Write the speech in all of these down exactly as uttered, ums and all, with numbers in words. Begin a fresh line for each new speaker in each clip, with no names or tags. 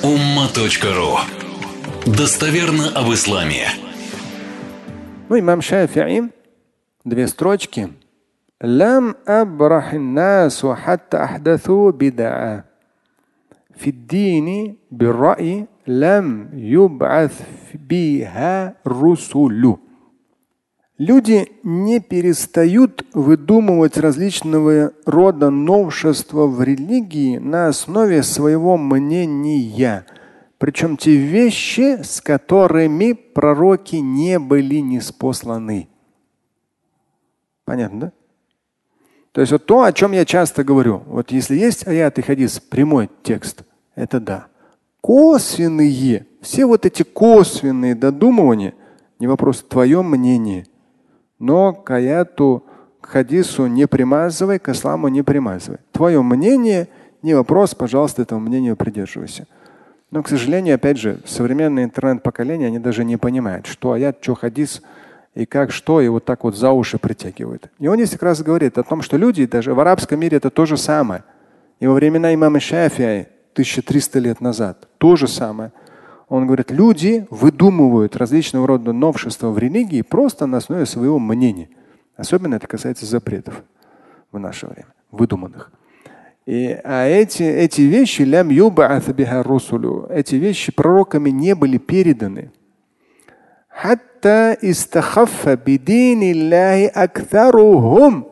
умма точка ру. Достоверно об исламе.
Ну, имам Шафи'и, две строчки. Лам абрахин насу хатта ахдатhu бида'a. Фиддини бирра'i лам юб'аth биха русулю. Люди не перестают выдумывать различного рода новшества в религии на основе своего мнения. Причем те вещи, с которыми пророки не были ниспосланы. Понятно, да? То есть вот то, о чем я часто говорю. Вот если есть аят и хадис, прямой текст, это да. Косвенные, все вот эти косвенные додумывания, не вопрос, твое мнение. Но к аяту, к хадису не примазывай, к исламу не примазывай. Твое мнение, не вопрос, пожалуйста, этому мнению придерживайся. Но, к сожалению, опять же, современное интернет-поколение, они даже не понимают, что аят, что хадис, и как что, и вот так вот за уши притягивают. И он здесь как раз говорит о том, что люди, даже в арабском мире это то же самое. И во времена имама Шафи'и, тысяча триста лет назад, то же самое. Он говорит, люди выдумывают различного рода новшества в религии просто на основе своего мнения. Особенно это касается запретов в наше время, выдуманных. И, а эти, эти вещи, лям юб'аth биха русулю, эти вещи пророками не были переданы. Хатта истахаффа бидиниллахи актарухум.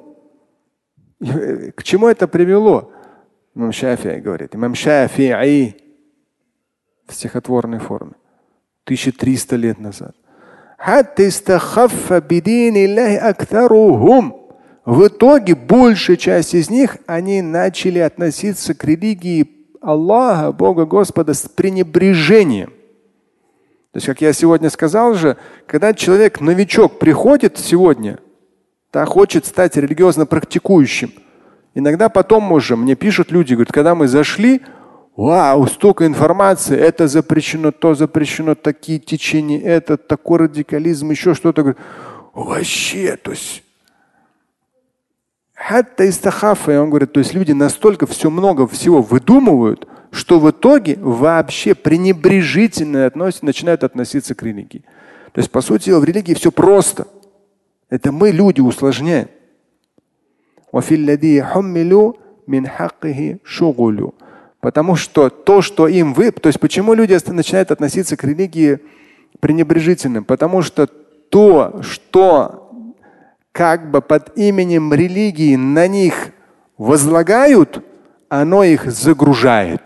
К чему это привело? Имам Шафи'и говорит. Имам Шафи'и в стихотворной форме. тысяча триста лет назад. Хатта истахаффа бидиниллахи актарухум. В итоге большая часть из них, они начали относиться к религии Аллаха, Бога Господа, с пренебрежением. То есть, как я сегодня сказал же, когда человек, новичок, приходит сегодня, да, хочет стать религиозно практикующим, иногда потом уже мне пишут люди, говорят, когда мы зашли, вау, столько информации, это запрещено, то запрещено, такие течения, это такой радикализм, еще что-то. Говорят, вообще, то есть хатта истахафа, и он говорит, то есть люди настолько все много всего выдумывают, что в итоге вообще пренебрежительно относятся, начинают относиться к религии. То есть, по сути дела, в религии все просто. Это мы, люди, усложняем. Потому что то, что им вы, то есть почему люди начинают относиться к религии пренебрежительно? Потому что то, что как бы под именем религии на них возлагают, оно их загружает.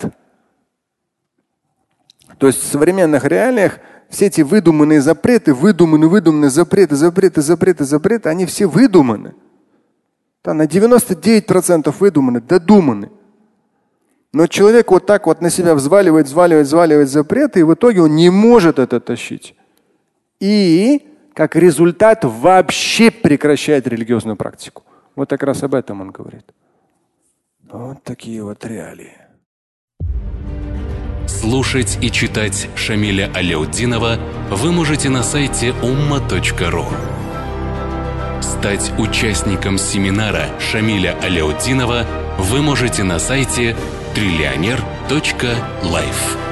То есть в современных реалиях все эти выдуманные запреты, выдуманные, выдуманные запреты, запреты, запреты, запреты, они все выдуманы. Там на девяносто девять процентов выдуманы, додуманы. Но человек вот так вот на себя взваливает, взваливает, взваливает запреты, и в итоге он не может это тащить. И как результат вообще прекращает религиозную практику. Вот как раз об этом он говорит. Вот такие вот реалии.
Слушать и читать Шамиля Аляутдинова вы можете на сайте умма точка ру. Стать участником семинара Шамиля Аляутдинова вы можете на сайте триллионер точка лайф.